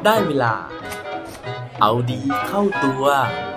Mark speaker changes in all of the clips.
Speaker 1: ได้เวลาเอาดีเข้าตัว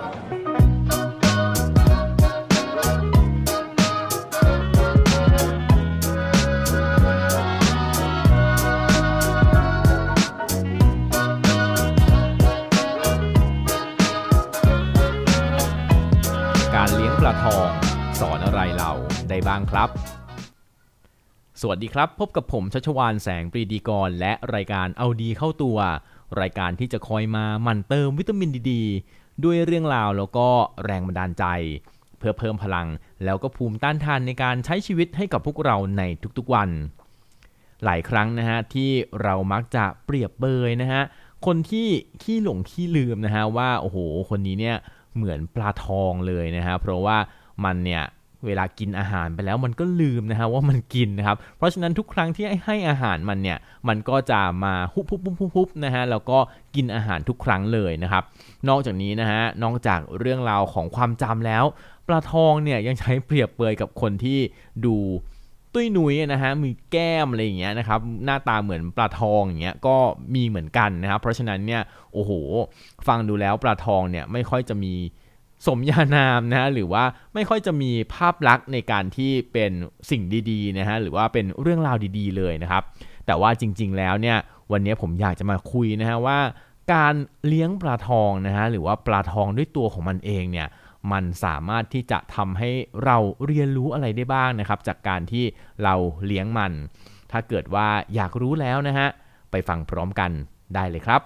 Speaker 2: การเลี้ยงปลาทองสอนอะไรเราได้บ้างครับสวัสดีครับพบกับผมชัชวาลแสงปรีดีกรและรายการเอาดีเข้าตัวรายการที่จะคอยมาหมั่นเติมวิตามินดีด้วยเรื่องราวแล้วก็แรงบันดาลใจเพื่อเพิ่มพลังแล้วก็ภูมิต้านทานในการใช้ชีวิตให้กับพวกเราในทุกๆวันหลายครั้งนะฮะที่เรามักจะเปรียบเปยนะฮะคนที่ขี้หลงขี้ลืมนะฮะว่าโอ้โหคนนี้เนี่ยเหมือนปลาทองเลยนะฮะเพราะว่ามันเนี่ยเวลากินอาหารไปแล้วมันก็ลืมนะฮะว่ามันกินนะครับเพราะฉะนั้นทุกครั้งที่ให้อาหารมันเนี่ยมันก็จะมาฮุบนะฮะแล้วก็กินอาหารทุกครั้งเลยนะครับนอกจากนี้นะฮะนอกจากเรื่องราวของความจำแล้วปลาทองเนี่ยยังใช้เปรียบเปยกับคนที่ดูตุ้ยนุ้ยนะฮะมีแก้มอะไรอย่างเงี้ยนะครับหน้าตาเหมือนปลาทองอย่างเงี้ยก็มีเหมือนกันนะครับเพราะฉะนั้นเนี่ยโอ้โหฟังดูแล้วปลาทองเนี่ยไม่ค่อยจะมีสมญานามนะฮะหรือว่าไม่ค่อยจะมีภาพลักษณ์ในการที่เป็นสิ่งดีๆนะฮะหรือว่าเป็นเรื่องราวดีๆเลยนะครับแต่ว่าจริงๆแล้วเนี่ยวันนี้ผมอยากจะมาคุยนะฮะว่าการเลี้ยงปลาทองนะฮะหรือว่าปลาทองด้วยตัวของมันเองเนี่ยมันสามารถที่จะทำให้เราเรียนรู้อะไรได้บ้างนะครับจากการที่เราเลี้ยงมันถ้าเกิดว่าอยากรู้แล้วนะฮะไปฟังพร้อมกันได้เลยครับ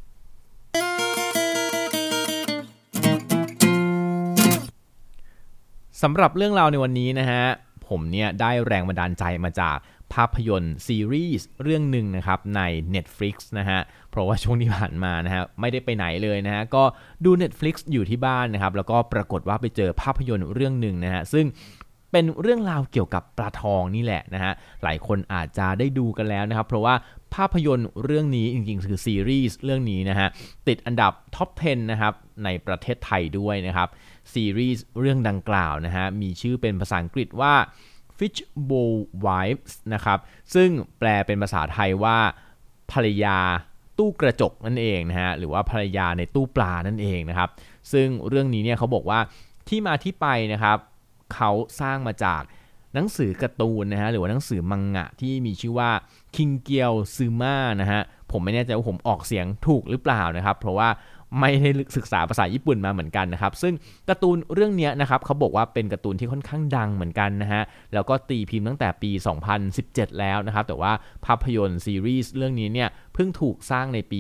Speaker 2: สำหรับเรื่องราวในวันนี้นะฮะผมเนี่ยได้แรงบันดาลใจมาจากภาพยนตร์ซีรีส์เรื่องหนึ่งนะครับใน Netflix นะฮะเพราะว่าช่วงที่ผ่านมานะฮะไม่ได้ไปไหนเลยนะฮะก็ดู Netflix อยู่ที่บ้านนะครับแล้วก็ปรากฏว่าไปเจอภาพยนตร์เรื่องหนึ่งนะฮะซึ่งเป็นเรื่องราวเกี่ยวกับปลาทองนี่แหละนะฮะหลายคนอาจจะได้ดูกันแล้วนะครับเพราะว่าภาพยนตร์เรื่องนี้จริงๆคือซีรีส์เรื่องนี้นะฮะติดอันดับท็อป 10 นะครับในประเทศไทยด้วยนะครับซีรีส์เรื่องดังกล่าวนะฮะมีชื่อเป็นภาษาอังกฤษว่า Fishbowl Wives นะครับซึ่งแปลเป็นภาษาไทยว่าภรรยาตู้กระจกนั่นเองนะฮะหรือว่าภรรยาในตู้ปลานั่นเองนะครับซึ่งเรื่องนี้เนี่ยเขาบอกว่าที่มาที่ไปนะครับเขาสร้างมาจากหนังสือการ์ตูนนะฮะหรือว่าหนังสือมังงะที่มีชื่อว่าคิงเกียวซึม่านะฮะผมไม่แน่ใจว่าผมออกเสียงถูกหรือเปล่านะครับเพราะว่าไม่ได้ศึกษาภาษาญี่ปุ่นมาเหมือนกันนะครับซึ่งการ์ตูนเรื่องนี้นะครับเขาบอกว่าเป็นการ์ตูนที่ค่อนข้างดังเหมือนกันนะฮะแล้วก็ตีพิมพ์ตั้งแต่ปี 2017 แล้วนะครับแต่ว่าภาพยนตร์ซีรีส์เรื่องนี้เนี่ยเพิ่งถูกสร้างในปี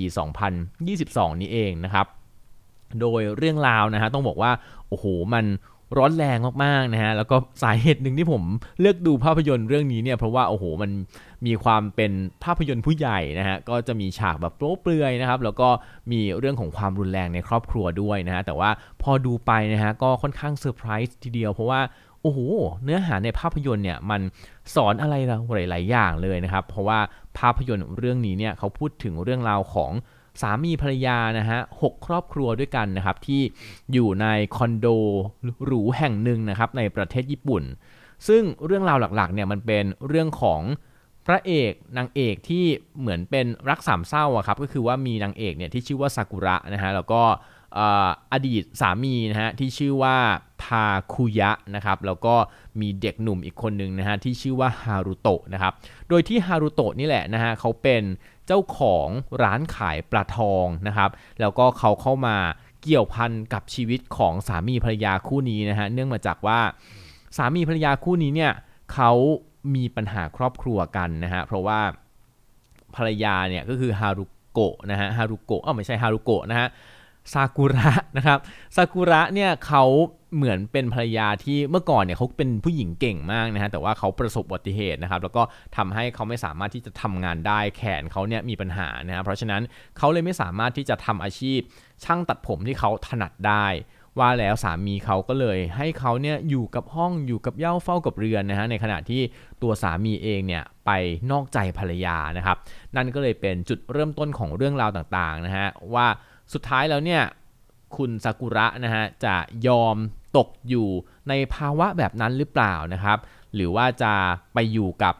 Speaker 2: 2022 นี้เองนะครับโดยเรื่องราวนะฮะต้องบอกว่าโอ้โหมันร้อนแรงมากๆนะฮะแล้วก็สาเหตุหนึ่งที่ผมเลือกดูภาพยนตร์เรื่องนี้เนี่ยเพราะว่าโอ้โหมันมีความเป็นภาพยนตร์ผู้ใหญ่นะฮะก็จะมีฉากแบบโป๊เปลือยนะครับแล้วก็มีเรื่องของความรุนแรงในครอบครัวด้วยนะฮะแต่ว่าพอดูไปนะฮะก็ค่อนข้างเซอร์ไพรส์ทีเดียวเพราะว่าโอ้โหเนื้อหาในภาพยนตร์เนี่ยมันสอนอะไรเราหลายๆอย่างเลยนะครับเพราะว่าภาพยนตร์เรื่องนี้เนี่ยเขาพูดถึงเรื่องราวของสามีภรรยานะฮะ6ครอบครัวด้วยกันนะครับที่อยู่ในคอนโดหรูแห่งหนึ่งนะครับในประเทศญี่ปุ่นซึ่งเรื่องราวหลักๆเนี่ยมันเป็นเรื่องของพระเอกนางเอกที่เหมือนเป็นรักสามเศร้าอะครับก็คือว่ามีนางเอกเนี่ยที่ชื่อว่าซากุระนะฮะแล้วก็อดีตสามีนะฮะที่ชื่อว่าทาคุยะนะครับแล้วก็มีเด็กหนุ่มอีกคนนึงนะฮะที่ชื่อว่าฮารุโตะนะครับโดยที่ฮารุโตะนี่แหละนะฮะเขาเป็นเจ้าของร้านขายปลาทองนะครับแล้วก็เขาเข้ามาเกี่ยวพันกับชีวิตของสามีภรรยาคู่นี้นะฮะเนื่องมาจากว่าสามีภรรยาคู่นี้เนี่ยเขามีปัญหาครอบครัวกันนะฮะเพราะว่าภรรยาเนี่ยก็คือฮารุโกะนะฮะฮารุโกะไม่ใช่ฮารุโกะนะฮะซากุระนะครับซากุระเนี่ยเขาเหมือนเป็นภรรยาที่เมื่อก่อนเนี่ยเขาเป็นผู้หญิงเก่งมากนะฮะแต่ว่าเขาประสบอุบัติเหตุนะครับแล้วก็ทำให้เขาไม่สามารถที่จะทำงานได้แขนเขาเนี่ยมีปัญหานะฮะเพราะฉะนั้นเขาเลยไม่สามารถที่จะทำอาชีพช่างตัดผมที่เขาถนัดได้ว่าแล้วสามีเขาก็เลยให้เขาเนี่ยอยู่กับห้องอยู่กับเหย้าเฝ้ากับเรือนนะฮะในขณะที่ตัวสามีเองเนี่ยไปนอกใจภรรยานะครับนั่นก็เลยเป็นจุดเริ่มต้นของเรื่องราวต่างๆนะฮะว่าสุดท้ายแล้วเนี่ยคุณซากุระนะฮะจะยอมตกอยู่ในภาวะแบบนั้นหรือเปล่านะครับหรือว่าจะไปอยู่กับ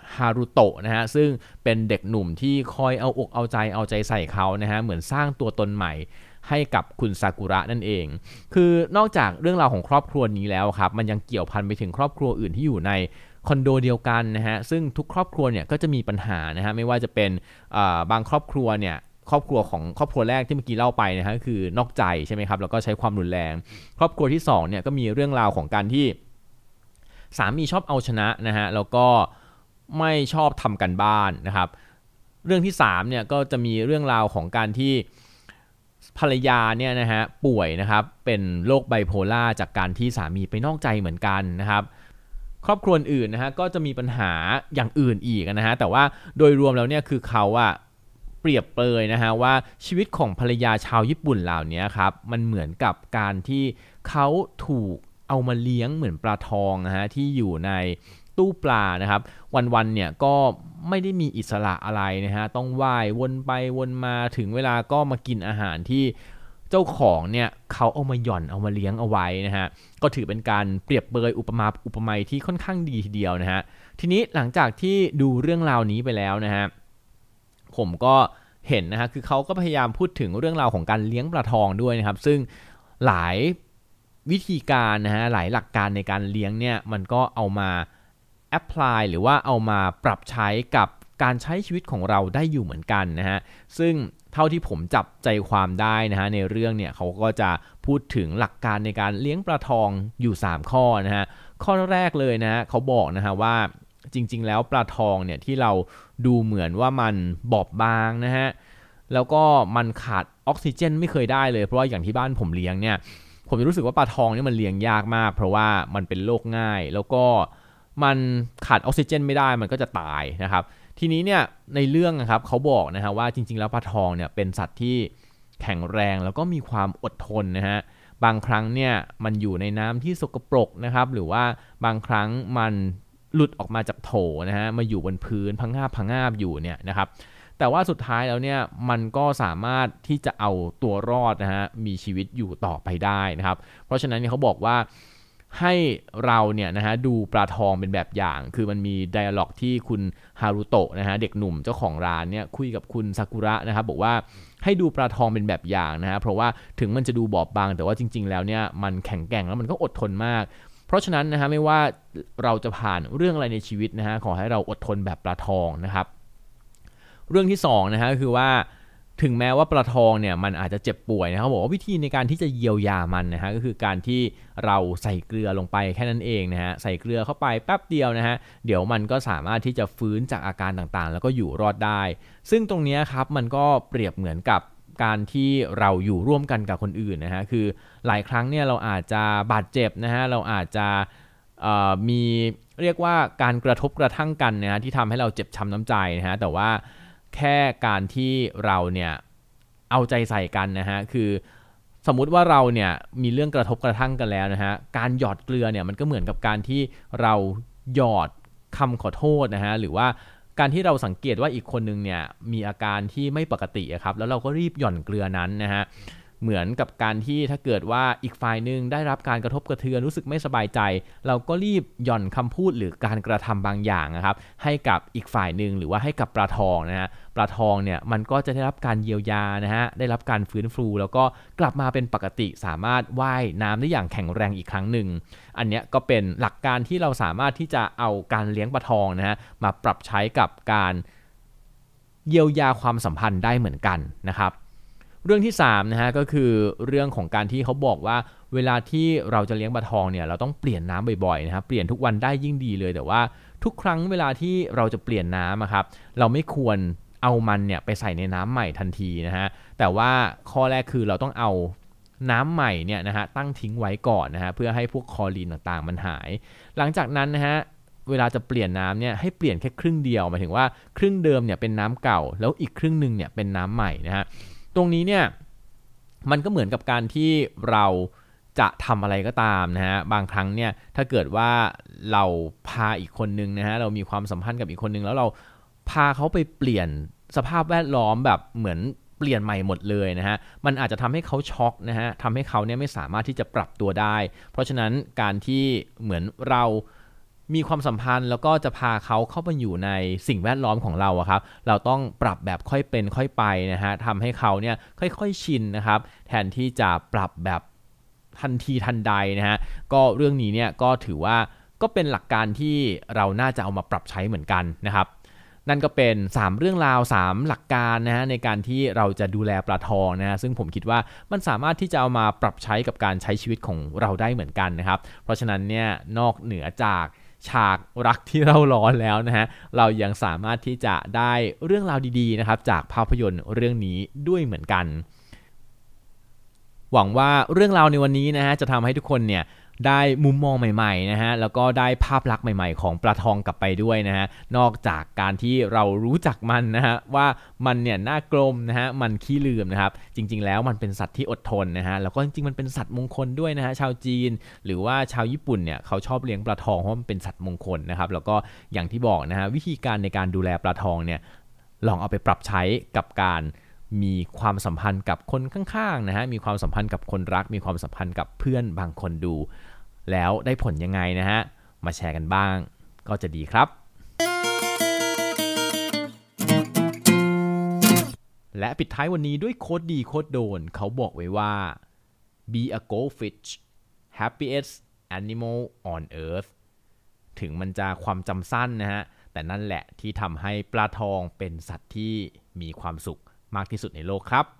Speaker 2: ฮารุโตะนะฮะซึ่งเป็นเด็กหนุ่มที่คอยเอาอกเอาใจใส่เขานะฮะเหมือนสร้างตัวตนใหม่ให้กับคุณซากุระนั่นเองคือนอกจากเรื่องราวของครอบครัวนี้แล้วครับมันยังเกี่ยวพันไปถึงครอบครัวอื่นที่อยู่ในคอนโดเดียวกันนะฮะซึ่งทุกครอบครัวเนี่ยก็จะมีปัญหานะฮะไม่ว่าจะเป็นบางครอบครัวเนี่ยครอบครัวแรกที่เมื่อกี้เล่าไปนะฮะคือนอกใจใช่ไหมครับแล้วก็ใช้ความรุนแรงครอบครัวที่2เนี่ยก็มีเรื่องราวของการที่สามีชอบเอาชนะนะฮะแล้วก็ไม่ชอบทำกันบ้านนะครับเรื่องที่3เนี่ยก็จะมีเรื่องราวของการที่ภรรยาเนี่ยนะฮะป่วยนะครับเป็นโรคไบโพล่าจากการที่สามีไปนอกใจเหมือนกันนะครับครอบครัวอื่นนะฮะก็จะมีปัญหาอย่างอื่นอีกนะฮะแต่ว่าโดยรวมแล้วเนี่ยคือเขาอะเปรียบเปรยนะฮะว่าชีวิตของภรรยาชาวญี่ปุ่นเหล่านี้ครับมันเหมือนกับการที่เขาถูกเอามาเลี้ยงเหมือนปลาทองนะฮะที่อยู่ในตู้ปลานะครับวันๆเนี่ยก็ไม่ได้มีอิสระอะไรนะฮะต้องว่ายวนไปวนมาถึงเวลาก็มากินอาหารที่เจ้าของเนี่ยเขาเอามาหย่อนเอามาเลี้ยงเอาไว้นะฮะก็ถือเป็นการเปรียบเปรยอุปไมยที่ค่อนข้างดีทีเดียวนะฮะทีนี้หลังจากที่ดูเรื่องราวนี้ไปแล้วนะฮะผมก็เห็นนะฮะคือเขาก็พยายามพูดถึงเรื่องราวของการเลี้ยงปลาทองด้วยนะครับซึ่งหลายวิธีการนะฮะหลายหลักการในการเลี้ยงเนี่ยมันก็เอามาแอพพลายหรือว่าเอามาปรับใช้กับการใช้ชีวิตของเราได้อยู่เหมือนกันนะฮะซึ่งเท่าที่ผมจับใจความได้นะฮะในเรื่องเนี่ยเขาก็จะพูดถึงหลักการในการเลี้ยงปลาทองอยู่3ข้อนะฮะข้อแรกเลยนะฮะเขาบอกนะฮะว่าจริงๆแล้วปลาทองเนี่ยที่เราดูเหมือนว่ามันบอบบางนะฮะแล้วก็มันขาดออกซิเจนไม่เคยได้เลยเพราะว่าอย่างที่บ้านผมเลี้ยงเนี่ยผมรู้สึกว่าปลาทองนี่มันเลี้ยงยากมากเพราะว่ามันเป็นโรคง่ายแล้วก็มันขาดออกซิเจนไม่ได้มันก็จะตายนะครับทีนี้เนี่ยในเรื่องนะครับเขาบอกนะฮะว่าจริงๆแล้วปลาทองเนี่ยเป็นสัตว์ที่แข็งแรงแล้วก็มีความอดทนนะฮะบางครั้งเนี่ยมันอยู่ในน้ำที่สกปรกนะครับหรือว่าบางครั้งมันหลุดออกมาจากโถนะฮะมาอยู่บนพื้นพังงาบอยู่เนี่ยนะครับแต่ว่าสุดท้ายแล้วเนี่ยมันก็สามารถที่จะเอาตัวรอดนะฮะมีชีวิตอยู่ต่อไปได้นะครับเพราะฉะนั้นเนี่ยเขาบอกว่าให้เราเนี่ยนะฮะดูปลาทองเป็นแบบอย่างคือมันมีไดอะล็อกที่คุณฮารุโตะนะฮะเด็กหนุ่มเจ้าของร้านเนี่ยคุยกับคุณซากุระนะครับบอกว่าให้ดูปลาทองเป็นแบบอย่างนะฮะเพราะว่าถึงมันจะดูบอบบางแต่ว่าจริงๆแล้วเนี่ยมันแข็งแกร่งแล้วมันก็อดทนมากเพราะฉะนั้นนะฮะไม่ว่าเราจะผ่านเรื่องอะไรในชีวิตนะฮะขอให้เราอดทนแบบปลาทองนะครับเรื่องที่2นะฮะคือว่าถึงแม้ว่าปลาทองเนี่ยมันอาจจะเจ็บป่วยนะครับบอกว่าวิธีในการที่จะเยียวยามันนะฮะก็คือการที่เราใส่เกลือลงไปแค่นั้นเองนะฮะใส่เกลือเข้าไปแป๊บเดียวนะฮะเดี๋ยวมันก็สามารถที่จะฟื้นจากอาการต่างๆแล้วก็อยู่รอดได้ซึ่งตรงนี้ครับมันก็เปรียบเหมือนกับการที่เราอยู่ร่วมกันกับคนอื่นนะฮะคือหลายครั้งเนี่ยเราอาจจะบาดเจ็บนะฮะเราอาจจะมีเรียกว่าการกระทบกระทั่งกันนะฮะที่ทำให้เราเจ็บช้ำน้ำใจนะฮะแต่ว่าแค่การที่เราเนี่ยเอาใจใส่กันนะฮะคือสมมุติว่าเราเนี่ยมีเรื่องกระทบกระทั่งกันแล้วนะฮะการหยอดเกลือเนี่ยมันก็เหมือนกับการที่เราหยอดคำขอโทษนะฮะหรือว่าการที่เราสังเกตว่าอีกคนนึงเนี่ยมีอาการที่ไม่ปกติครับแล้วเราก็รีบหย่อนเกลือนั้นนะฮะเหมือนกับการที่ถ้าเกิดว่าอีกฝ่ายนึงได้รับการกระทบกระเทือนรู้สึกไม่สบายใจเราก็รีบหย่อนคำพูดหรือการกระทำบางอย่างนะครับให้กับอีกฝ่ายนึงหรือว่าให้กับปลาทองนะฮะปลาทองเนี่ยมันก็จะได้รับการเยียวยานะฮะได้รับการฟื้นฟูแล้วก็กลับมาเป็นปกติสามารถว่ายน้ำได้อย่างแข็งแรงอีกครั้งหนึ่งอันนี้ก็เป็นหลักการที่เราสามารถที่จะเอาการเลี้ยงปลาทองนะฮะมาปรับใช้กับการเยียวยาความสัมพันธ์ได้เหมือนกันนะครับเรื่องที่3นะฮะก็คือเรื่องของการที่เขาบอกว่าเวลาที่เราจะเลี้ยงปลาทองเนี่ยเราต้องเปลี่ยนน้ำบ่อยๆนะครับเปลี่ยนทุกวันได้ยิ่งดีเลยแต่ว่าทุกครั้งเวลาที่เราจะเปลี่ยนน้ำครับเราไม่ควรเอามันเนี่ยไปใส่ในน้ำใหม่ทันทีนะฮะแต่ว่าข้อแรกคือเราต้องเอาน้ำใหม่เนี่ยนะฮะตั้งทิ้งไว้ก่อนนะฮะเพื่อให้พวกคลอรีนต่างๆมันหายหลังจากนั้นนะฮะเวลาจะเปลี่ยนน้ำเนี่ยให้เปลี่ยนแค่ครึ่งเดียวหมายถึงว่าครึ่งเดิมเนี่ยเป็นน้ำเก่าแล้วอีกครึ่งนึงเนี่ยเป็นน้ำใหม่นะฮะตรงนี้เนี่ยมันก็เหมือนกับการที่เราจะทำอะไรก็ตามนะฮะบางครั้งเนี่ยถ้าเกิดว่าเราพาอีกคนนึงนะฮะเรามีความสัมพันธ์กับอีกคนนึงแล้วเราพาเขาไปเปลี่ยนสภาพแวดล้อมแบบเหมือนเปลี่ยนใหม่หมดเลยนะฮะมันอาจจะทำให้เขาช็อกนะฮะทำให้เขาเนี่ยไม่สามารถที่จะปรับตัวได้เพราะฉะนั้นการที่เหมือนเรามีความสัมพันธ์แล้วก็จะพาเขาเข้ามาอยู่ในสิ่งแวดล้อมของเราครับเราต้องปรับแบบค่อยเป็นค่อยไปนะฮะทำให้เขาเนี่ยค่อยๆชินนะครับแทนที่จะปรับแบบทันทีทันใดนะฮะก็เรื่องนี้เนี่ยก็ถือว่าก็เป็นหลักการที่เราน่าจะเอามาปรับใช้เหมือนกันนะครับนั่นก็เป็น3เรื่องราว3หลักการนะฮะในการที่เราจะดูแลปลาทองนะฮะซึ่งผมคิดว่ามันสามารถที่จะเอามาปรับใช้กับการใช้ชีวิตของเราได้เหมือนกันนะครับเพราะฉะนั้นเนี่ยนอกเหนือจากฉากรักที่เราร้อนแล้วนะฮะเรายังสามารถที่จะได้เรื่องราวดีๆนะครับจากภาพยนตร์เรื่องนี้ด้วยเหมือนกันหวังว่าเรื่องราวในวันนี้นะฮะจะทำให้ทุกคนเนี่ยได้มุมมองใหม่ๆนะฮะแล้วก็ได้ภาพลักษณ์ใหม่ๆของปลาทองกลับไปด้วยนะฮะนอกจากการที่เรารู้จักมันนะฮะว่ามันเนี่ยหน้ากลมนะฮะมันขี้ลืมนะครับจริงๆแล้วมันเป็นสัตว์ที่อดทนนะฮะแล้วก็จริงๆมันเป็นสัตว์มงคลด้วยนะฮะชาวจีนหรือว่าชาวญี่ปุ่นเนี่ยเขาชอบเลี้ยงปลาทองเพราะมันเป็นสัตว์มงคลนะครับแล้วก็อย่างที่บอกนะฮะวิธีการในการดูแลปลาทองเนี่ยลองเอาไปปรับใช้กับการมีความสัมพันธ์กับคนข้างๆนะฮะมีความสัมพันธ์กับคนรักมีความสัมพันธ์กับเพื่อนบางคนดูแล้วได้ผลยังไงนะฮะมาแชร์กันบ้างก็จะดีครับและปิดท้ายวันนี้ด้วยโค้ดดีโค้ดโดนเขาบอกไว้ว่า be a goldfish happiest animal on earth ถึงมันจะความจำสั้นนะฮะแต่นั่นแหละที่ทำให้ปลาทองเป็นสัตว์ที่มีความสุขมากที่สุดในโลกครับ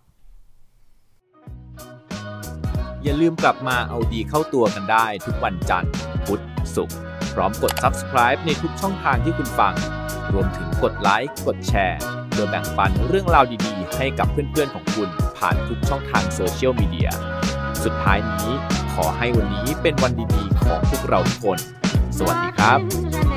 Speaker 1: อย่าลืมกลับมาเอาดีเข้าตัวกันได้ทุกวันจันทร์พุธศุกร์พร้อมกด Subscribe ในทุกช่องทางที่คุณฟังรวมถึงกดไลค์กดแชร์โดยแบ่งปันเรื่องราวดีๆให้กับเพื่อนๆของคุณผ่านทุกช่องทางโซเชียลมีเดียสุดท้ายนี้ขอให้วันนี้เป็นวันดีๆของพวกเราทุกคนสวัสดีครับ